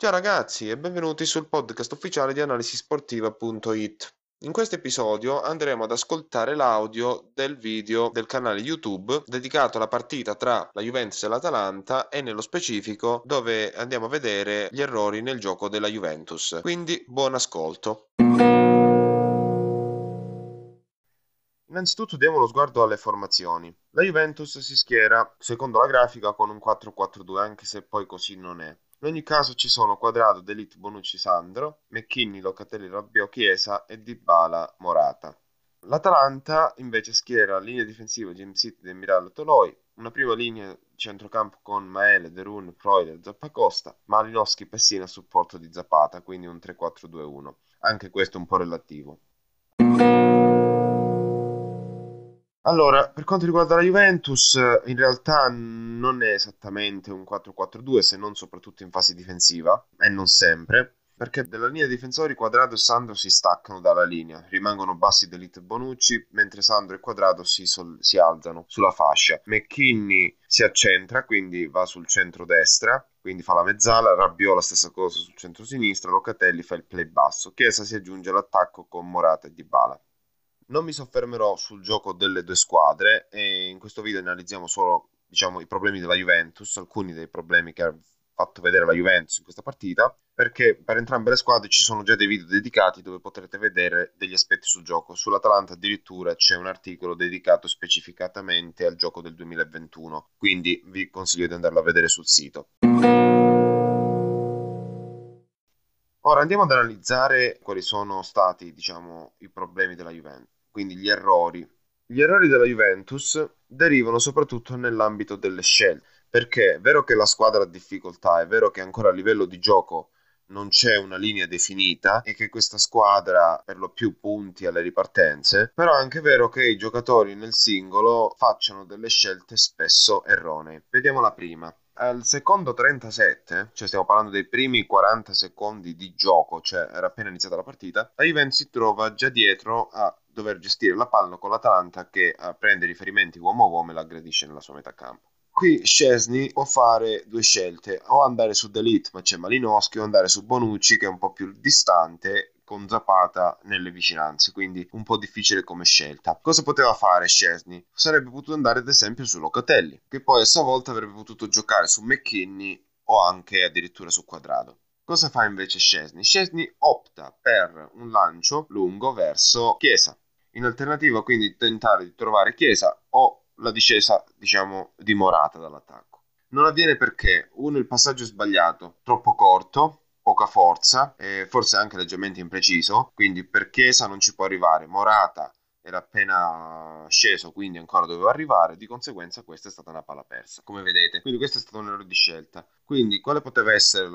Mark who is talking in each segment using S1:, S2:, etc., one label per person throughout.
S1: Ciao ragazzi e benvenuti sul podcast ufficiale di analisisportiva.it. In questo episodio andremo ad ascoltare l'audio del video del canale YouTube dedicato alla partita tra la Juventus e l'Atalanta e nello specifico dove andiamo a vedere gli errori nel gioco della Juventus. Quindi buon ascolto. Innanzitutto diamo uno sguardo alle formazioni. La Juventus si schiera, secondo la grafica, con un 4-4-2, anche se poi così non è. In ogni caso ci sono Quadrado, De Ligt, Bonucci, Sandro, McKennie, Locatelli, Rabiot, Chiesa e Dybala, Morata. L'Atalanta invece schiera linea difensiva Djemsit, Demiral, Toloi, una prima linea centrocampo con Maele, Derun, Freuler, Zappacosta, Malinowski, Pessina a supporto di Zapata, quindi un 3-4-2-1. Anche questo un po' relativo. Allora, per quanto riguarda la Juventus, in realtà non è esattamente un 4-4-2, se non soprattutto in fase difensiva, e non sempre, perché dalla linea dei difensori Quadrado e Sandro si staccano dalla linea, rimangono bassi D'Elite e Bonucci, mentre Sandro e Quadrado si alzano sulla fascia. McKennie si accentra, quindi va sul centro-destra, quindi fa la mezzala, Rabiot la stessa cosa sul centro-sinistra, Locatelli fa il play basso, Chiesa si aggiunge all'attacco con Morata e Dybala. Non mi soffermerò sul gioco delle due squadre e in questo video analizziamo solo, diciamo, i problemi della Juventus, alcuni dei problemi che ha fatto vedere la Juventus in questa partita, perché per entrambe le squadre ci sono già dei video dedicati dove potrete vedere degli aspetti sul gioco. Sull'Atalanta addirittura c'è un articolo dedicato specificatamente al gioco del 2021, quindi vi consiglio di andarlo a vedere sul sito. Ora andiamo ad analizzare quali sono stati, diciamo, i problemi della Juventus, quindi gli errori. Gli errori della Juventus derivano soprattutto nell'ambito delle scelte, perché è vero che la squadra ha difficoltà, è vero che ancora a livello di gioco non c'è una linea definita e che questa squadra per lo più punti alle ripartenze, però è anche vero che i giocatori nel singolo facciano delle scelte spesso erronee. Vediamo la prima. Al secondo 37, cioè stiamo parlando dei primi 40 secondi di gioco, cioè era appena iniziata la partita, la Juventus si trova già dietro a dover gestire la palla con l'Atalanta che prende riferimenti uomo a uomo e l'aggredisce nella sua metà campo. Qui Szczesny può fare due scelte, o andare su De Ligt ma c'è Malinowski, o andare su Bonucci che è un po' più distante con Zapata nelle vicinanze, quindi un po' difficile come scelta. Cosa poteva fare Szczesny? Sarebbe potuto andare ad esempio su Locatelli, che poi a sua volta avrebbe potuto giocare su McKennie o anche addirittura su Quadrado. Cosa fa invece Szczesny? Szczesny opta per un lancio lungo verso Chiesa. In alternativa quindi tentare di trovare Chiesa o la discesa, diciamo, di Morata dall'attacco. Non avviene perché, uno, il passaggio è sbagliato, troppo corto, poca forza, forse anche leggermente impreciso, quindi per Chiesa non ci può arrivare. Morata era appena sceso, quindi ancora doveva arrivare, di conseguenza questa è stata una palla persa, come vedete. Quindi questo è stato un errore di scelta. Quindi quale poteva essere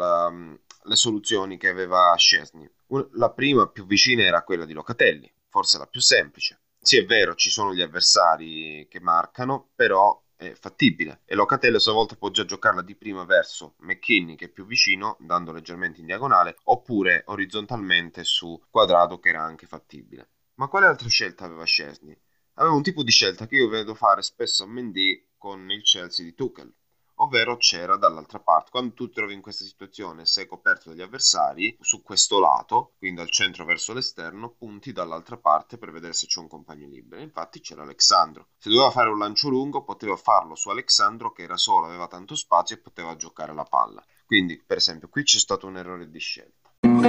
S1: le soluzioni che aveva Szczesny? La prima più vicina era quella di Locatelli, forse la più semplice. Sì, è vero, ci sono gli avversari che marcano, però è fattibile. E Locatelli a sua volta può già giocarla di prima verso McKennie, che è più vicino, andando leggermente in diagonale, oppure orizzontalmente su Quadrado, che era anche fattibile. Ma quale altra scelta aveva Szczesny? Aveva un tipo di scelta che io vedo fare spesso a Mendy con il Chelsea di Tuchel, ovvero c'era dall'altra parte. Quando tu ti trovi in questa situazione, sei coperto dagli avversari, su questo lato, quindi dal centro verso l'esterno, punti dall'altra parte per vedere se c'è un compagno libero. Infatti c'era Alexandro. Se doveva fare un lancio lungo, poteva farlo su Alexandro, che era solo, aveva tanto spazio e poteva giocare la palla. Quindi, per esempio, qui c'è stato un errore di scelta.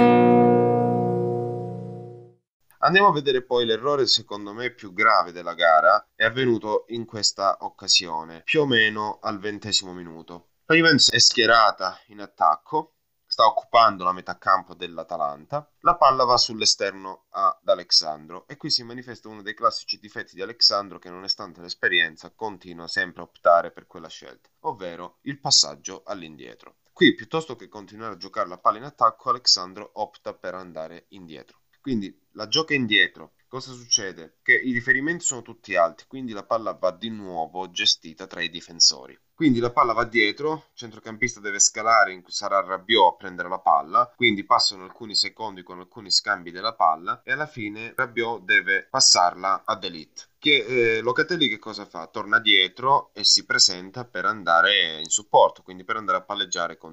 S1: Andiamo a vedere poi l'errore secondo me più grave della gara, è avvenuto in questa occasione, più o meno al 20° minuto. La Juventus è schierata in attacco, sta occupando la metà campo dell'Atalanta, la palla va sull'esterno ad Alexandro e qui si manifesta uno dei classici difetti di Alexandro che nonostante l'esperienza continua sempre a optare per quella scelta, ovvero il passaggio all'indietro. Qui piuttosto che continuare a giocare la palla in attacco, Alexandro opta per andare indietro. Quindi la gioca indietro. Cosa succede? Che i riferimenti sono tutti alti, quindi la palla va di nuovo gestita tra i difensori. Quindi la palla va dietro, il centrocampista deve scalare, sarà Rabiot a prendere la palla, quindi passano alcuni secondi con alcuni scambi della palla e alla fine Rabiot deve passarla a De Ligt. Locatelli che cosa fa? Torna dietro e si presenta per andare in supporto, quindi per andare a palleggiare con De Ligt.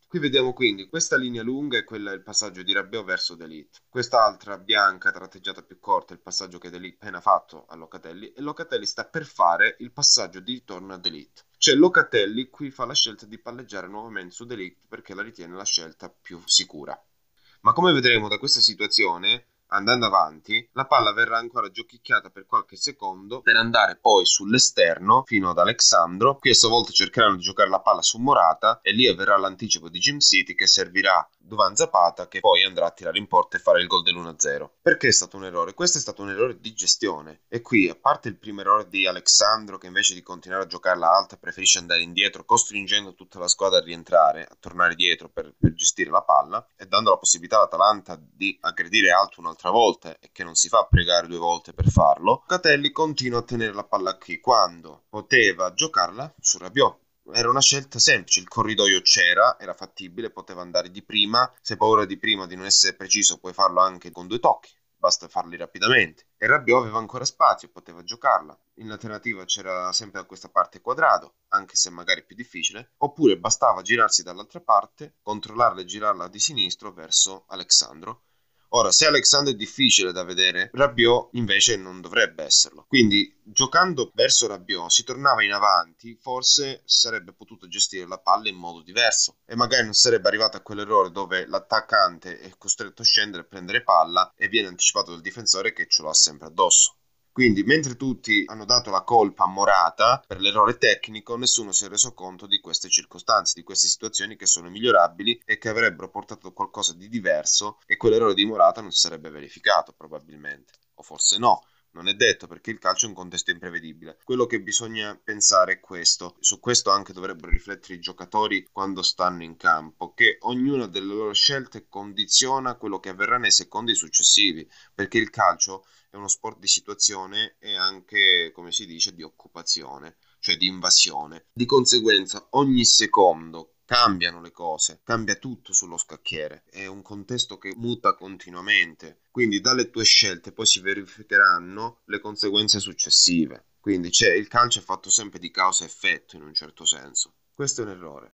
S1: Qui vediamo quindi questa linea lunga è quella del passaggio di Rabiot verso De Ligt. Quest'altra bianca tratteggiata più corta è il passaggio che De Ligt ha appena fatto a Locatelli, e Locatelli sta per fare il passaggio di ritorno a De Ligt. Cioè Locatelli qui fa la scelta di palleggiare nuovamente su De Ligt perché la ritiene la scelta più sicura. Ma come vedremo da questa situazione, andando avanti, la palla verrà ancora giochicchiata per qualche secondo per andare poi sull'esterno fino ad Alexandro. Qui a sua volta cercheranno di giocare la palla su Morata e lì avverrà l'anticipo di Jim City che servirà Duvan Zapata, che poi andrà a tirare in porta e fare il gol dell'1-0. Perché è stato un errore? Questo è stato un errore di gestione, e qui, a parte il primo errore di Alexandro che invece di continuare a giocarla alta preferisce andare indietro costringendo tutta la squadra a rientrare, a tornare dietro per gestire la palla e dando la possibilità all'Atalanta di aggredire alto un'altra volta e che non si fa pregare 2 volte per farlo, Locatelli continua a tenere la palla qui quando poteva giocarla su Rabiot. Era una scelta semplice, il corridoio c'era, era fattibile, poteva andare di prima. Se hai paura di prima di non essere preciso puoi farlo anche con 2 tocchi, basta farli rapidamente. E Rabiot aveva ancora spazio, poteva giocarla. In alternativa c'era sempre da questa parte Quadrado, anche se magari più difficile, oppure bastava girarsi dall'altra parte, controllarla e girarla di sinistro verso Alexandro. Ora, se Alexandro è difficile da vedere, Rabiot invece non dovrebbe esserlo. Quindi, giocando verso Rabiot, si tornava in avanti, forse si sarebbe potuto gestire la palla in modo diverso e magari non sarebbe arrivato a quell'errore dove l'attaccante è costretto a scendere a prendere palla e viene anticipato dal difensore che ce lo ha sempre addosso. Quindi, mentre tutti hanno dato la colpa a Morata per l'errore tecnico, nessuno si è reso conto di queste circostanze, di queste situazioni che sono migliorabili e che avrebbero portato qualcosa di diverso, e quell'errore di Morata non si sarebbe verificato probabilmente, o forse no. Non è detto, perché il calcio è un contesto imprevedibile. Quello che bisogna pensare è questo. Su questo anche dovrebbero riflettere i giocatori quando stanno in campo, che ognuna delle loro scelte condiziona quello che avverrà nei secondi successivi, perché il calcio è uno sport di situazione e anche, come si dice, di occupazione, cioè di invasione. Di conseguenza, ogni secondo cambiano le cose, cambia tutto sullo scacchiere, è un contesto che muta continuamente, quindi dalle tue scelte poi si verificheranno le conseguenze successive. Quindi il calcio è fatto sempre di causa e effetto in un certo senso. Questo è un errore.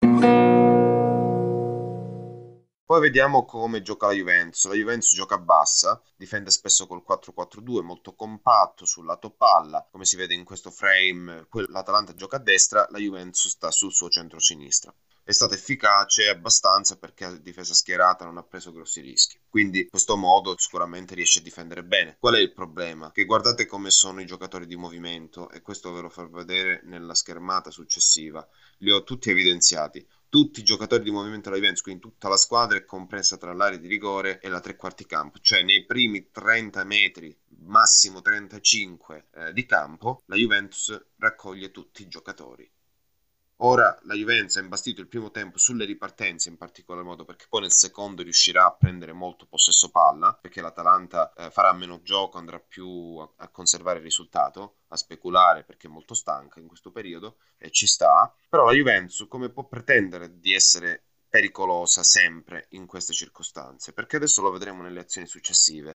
S1: Poi vediamo come gioca la Juventus. La Juventus gioca bassa, difende spesso col 4-4-2, molto compatto sul lato palla. Come si vede in questo frame, l'Atalanta gioca a destra, la Juventus sta sul suo centro-sinistra. È stata efficace abbastanza perché la difesa schierata non ha preso grossi rischi. Quindi in questo modo sicuramente riesce a difendere bene. Qual è il problema? Che guardate come sono i giocatori di movimento, e questo ve lo farò vedere nella schermata successiva. Li ho tutti evidenziati. Tutti i giocatori di movimento della Juventus, quindi tutta la squadra è compresa tra l'area di rigore e la tre quarti campo, cioè nei primi 30 metri, massimo 35 di campo, la Juventus raccoglie tutti i giocatori. Ora la Juventus ha imbastito il primo tempo sulle ripartenze in particolar modo, perché poi nel secondo riuscirà a prendere molto possesso palla, perché l'Atalanta farà meno gioco, andrà più a conservare il risultato, a speculare perché è molto stanca in questo periodo e ci sta. Però la Juventus come può pretendere di essere pericolosa sempre in queste circostanze? Perché adesso lo vedremo nelle azioni successive.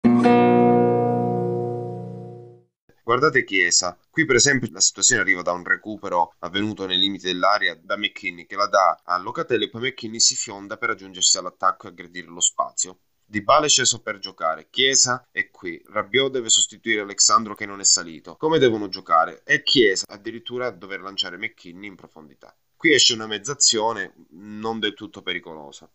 S1: Guardate Chiesa, qui per esempio la situazione arriva da un recupero avvenuto nei limiti dell'area da McKennie, che la dà a Locatelli e poi McKennie si fionda per aggiungersi all'attacco e aggredire lo spazio. Dybala è sceso per giocare, Chiesa è qui, Rabiot deve sostituire Alexandro che non è salito. Come devono giocare? E Chiesa addirittura a dover lanciare McKennie in profondità. Qui esce una mezzazione non del tutto pericolosa.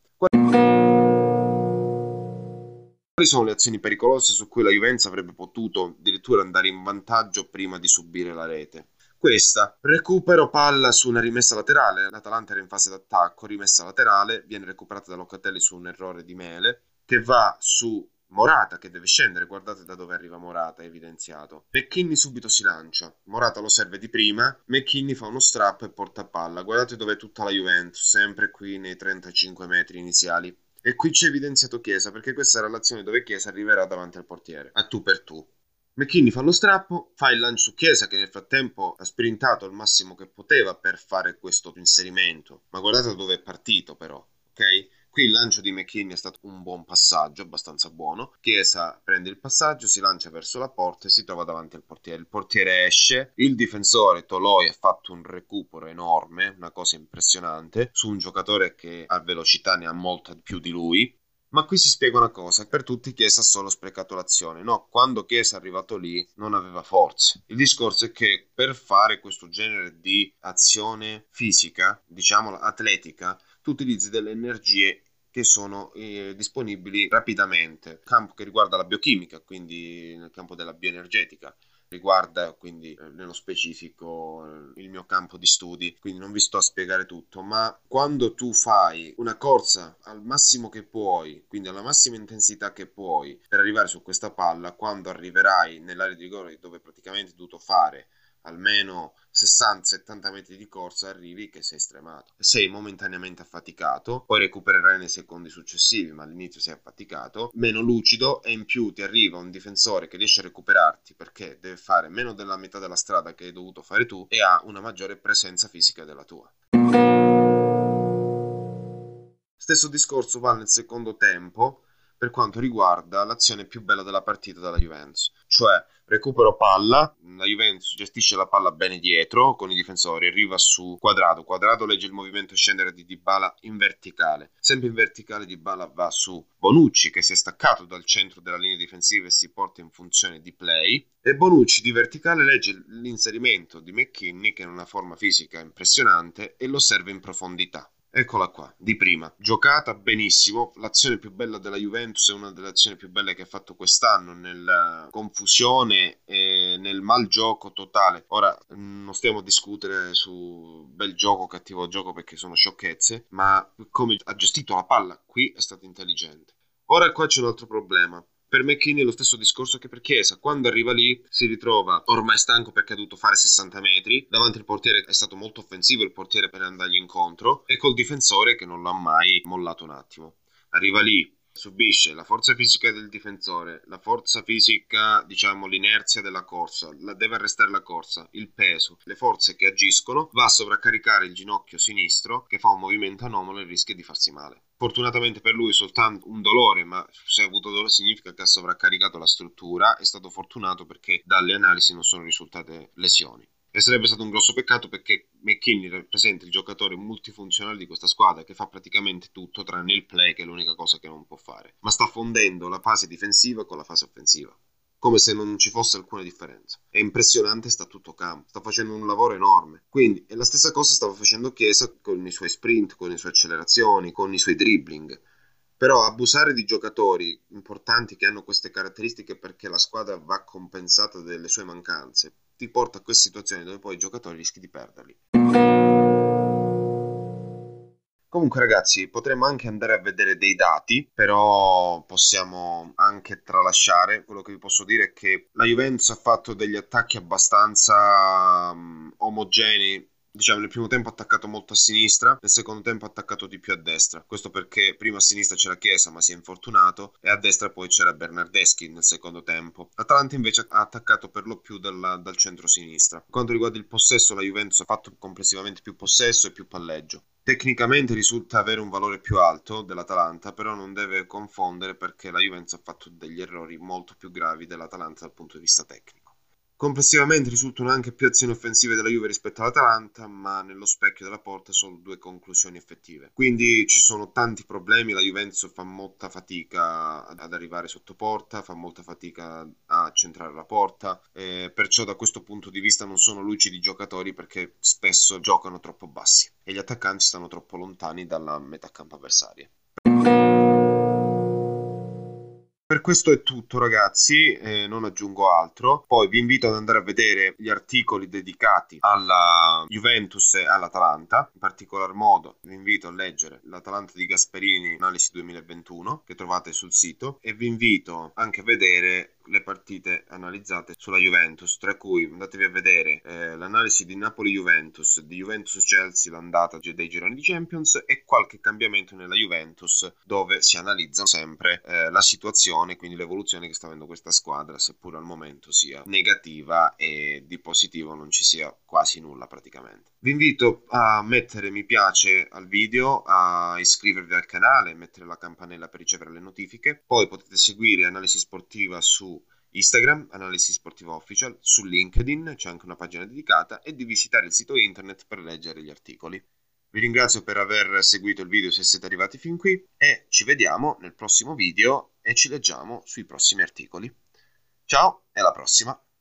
S1: Quali sono le azioni pericolose su cui la Juventus avrebbe potuto addirittura andare in vantaggio prima di subire la rete? Questa, recupero palla su una rimessa laterale, l'Atalanta era in fase d'attacco, rimessa laterale, viene recuperata da Locatelli su un errore di Mele, che va su Morata che deve scendere, guardate da dove arriva Morata, è evidenziato. McKennie subito si lancia, Morata lo serve di prima, McKennie fa uno strappo e porta palla, guardate dove è tutta la Juventus, sempre qui nei 35 metri iniziali. E qui c'è evidenziato Chiesa, perché questa era l'azione dove Chiesa arriverà davanti al portiere, a tu per tu. McKennie fa lo strappo, fa il lancio su Chiesa che nel frattempo ha sprintato al massimo che poteva per fare questo inserimento. Ma guardate dove è partito però, ok? Qui il lancio di McKennie è stato un buon passaggio, abbastanza buono. Chiesa prende il passaggio, si lancia verso la porta e si trova davanti al portiere. Il portiere esce, il difensore Toloi ha fatto un recupero enorme, una cosa impressionante, su un giocatore che a velocità ne ha molta più di lui. Ma qui si spiega una cosa, per tutti Chiesa ha solo sprecato l'azione. No, quando Chiesa è arrivato lì non aveva forze. Il discorso è che per fare questo genere di azione fisica, diciamo atletica, tu utilizzi delle energie che sono disponibili rapidamente. Campo che riguarda la biochimica, quindi nel campo della bioenergetica, riguarda quindi nello specifico il mio campo di studi, quindi non vi sto a spiegare tutto, ma quando tu fai una corsa al massimo che puoi, quindi alla massima intensità che puoi per arrivare su questa palla, quando arriverai nell'area di rigore dove praticamente hai dovuto fare almeno 60-70 metri di corsa, arrivi che sei stremato, sei momentaneamente affaticato, poi recupererai nei secondi successivi, ma all'inizio sei affaticato, meno lucido, e in più ti arriva un difensore che riesce a recuperarti perché deve fare meno della metà della strada che hai dovuto fare tu e ha una maggiore presenza fisica della tua. Stesso discorso va nel secondo tempo per quanto riguarda l'azione più bella della partita della Juventus, cioè recupero palla, la Juventus gestisce la palla bene dietro con i difensori, arriva su Quadrado legge il movimento e scendere di Dybala in verticale, sempre in verticale Dybala va su Bonucci che si è staccato dal centro della linea difensiva e si porta in funzione di play, e Bonucci di verticale legge l'inserimento di McKennie che è in una forma fisica impressionante e lo serve in profondità. Eccola qua, di prima, giocata benissimo, l'azione più bella della Juventus è una delle azioni più belle che ha fatto quest'anno nella confusione e nel mal gioco totale. Ora non stiamo a discutere su bel gioco, cattivo gioco perché sono sciocchezze, ma come ha gestito la palla qui è stato intelligente. Ora qua c'è un altro problema. Per McKennie è lo stesso discorso che per Chiesa, quando arriva lì si ritrova ormai stanco perché ha dovuto fare 60 metri, davanti al portiere è stato molto offensivo il portiere per andargli incontro e col difensore che non l'ha mai mollato un attimo. Arriva lì, subisce la forza fisica del difensore, la forza fisica, diciamo l'inerzia della corsa, deve arrestare la corsa, il peso, le forze che agiscono, va a sovraccaricare il ginocchio sinistro che fa un movimento anomalo e rischia di farsi male. Fortunatamente per lui soltanto un dolore, ma se ha avuto dolore significa che ha sovraccaricato la struttura, è stato fortunato perché dalle analisi non sono risultate lesioni. E sarebbe stato un grosso peccato perché McKennie rappresenta il giocatore multifunzionale di questa squadra che fa praticamente tutto tranne il play, che è l'unica cosa che non può fare, ma sta fondendo la fase difensiva con la fase offensiva come se non ci fosse alcuna differenza. È impressionante, sta tutto campo, sta facendo un lavoro enorme. Quindi è la stessa cosa stava facendo Chiesa con i suoi sprint, con le sue accelerazioni, con i suoi dribbling. Però abusare di giocatori importanti che hanno queste caratteristiche perché la squadra va compensata delle sue mancanze ti porta a queste situazioni dove poi i giocatori rischi di perderli. Comunque ragazzi, potremmo anche andare a vedere dei dati, però possiamo anche tralasciare. Quello che vi posso dire è che la Juventus ha fatto degli attacchi abbastanza omogenei. Diciamo, nel primo tempo ha attaccato molto a sinistra, nel secondo tempo ha attaccato di più a destra. Questo perché prima a sinistra c'era Chiesa, ma si è infortunato, e a destra poi c'era Bernardeschi nel secondo tempo. L'Atalanta invece ha attaccato per lo più dal centro-sinistra. Per quanto riguarda il possesso, la Juventus ha fatto complessivamente più possesso e più palleggio. Tecnicamente risulta avere un valore più alto dell'Atalanta, però non deve confondere perché la Juventus ha fatto degli errori molto più gravi dell'Atalanta dal punto di vista tecnico. Complessivamente risultano anche più azioni offensive della Juve rispetto all'Atalanta, ma nello specchio della porta solo 2 conclusioni effettive. Quindi ci sono tanti problemi, la Juventus fa molta fatica ad arrivare sotto porta, fa molta fatica a centrare la porta, perciò da questo punto di vista non sono lucidi i giocatori perché spesso giocano troppo bassi e gli attaccanti stanno troppo lontani dalla metà campo avversaria. Per questo è tutto ragazzi, non aggiungo altro. Poi vi invito ad andare a vedere gli articoli dedicati alla Juventus e all'Atalanta. In particolar modo vi invito a leggere l'Atalanta di Gasperini, analisi 2021, che trovate sul sito, e vi invito anche a vedere le partite analizzate sulla Juventus, tra cui andatevi a vedere l'analisi di Napoli-Juventus, di Juventus-Chelsea, l'andata dei gironi di Champions e qualche cambiamento nella Juventus, dove si analizza sempre la situazione, quindi l'evoluzione che sta avendo questa squadra, seppur al momento sia negativa e di positivo non ci sia quasi nulla praticamente. Vi invito a mettere mi piace al video, a iscrivervi al canale, mettere la campanella per ricevere le notifiche. Poi potete seguire Analisi Sportiva su Instagram, Analisi Sportiva Official, su LinkedIn, c'è anche una pagina dedicata, e di visitare il sito internet per leggere gli articoli. Vi ringrazio per aver seguito il video se siete arrivati fin qui e ci vediamo nel prossimo video e ci leggiamo sui prossimi articoli. Ciao e alla prossima!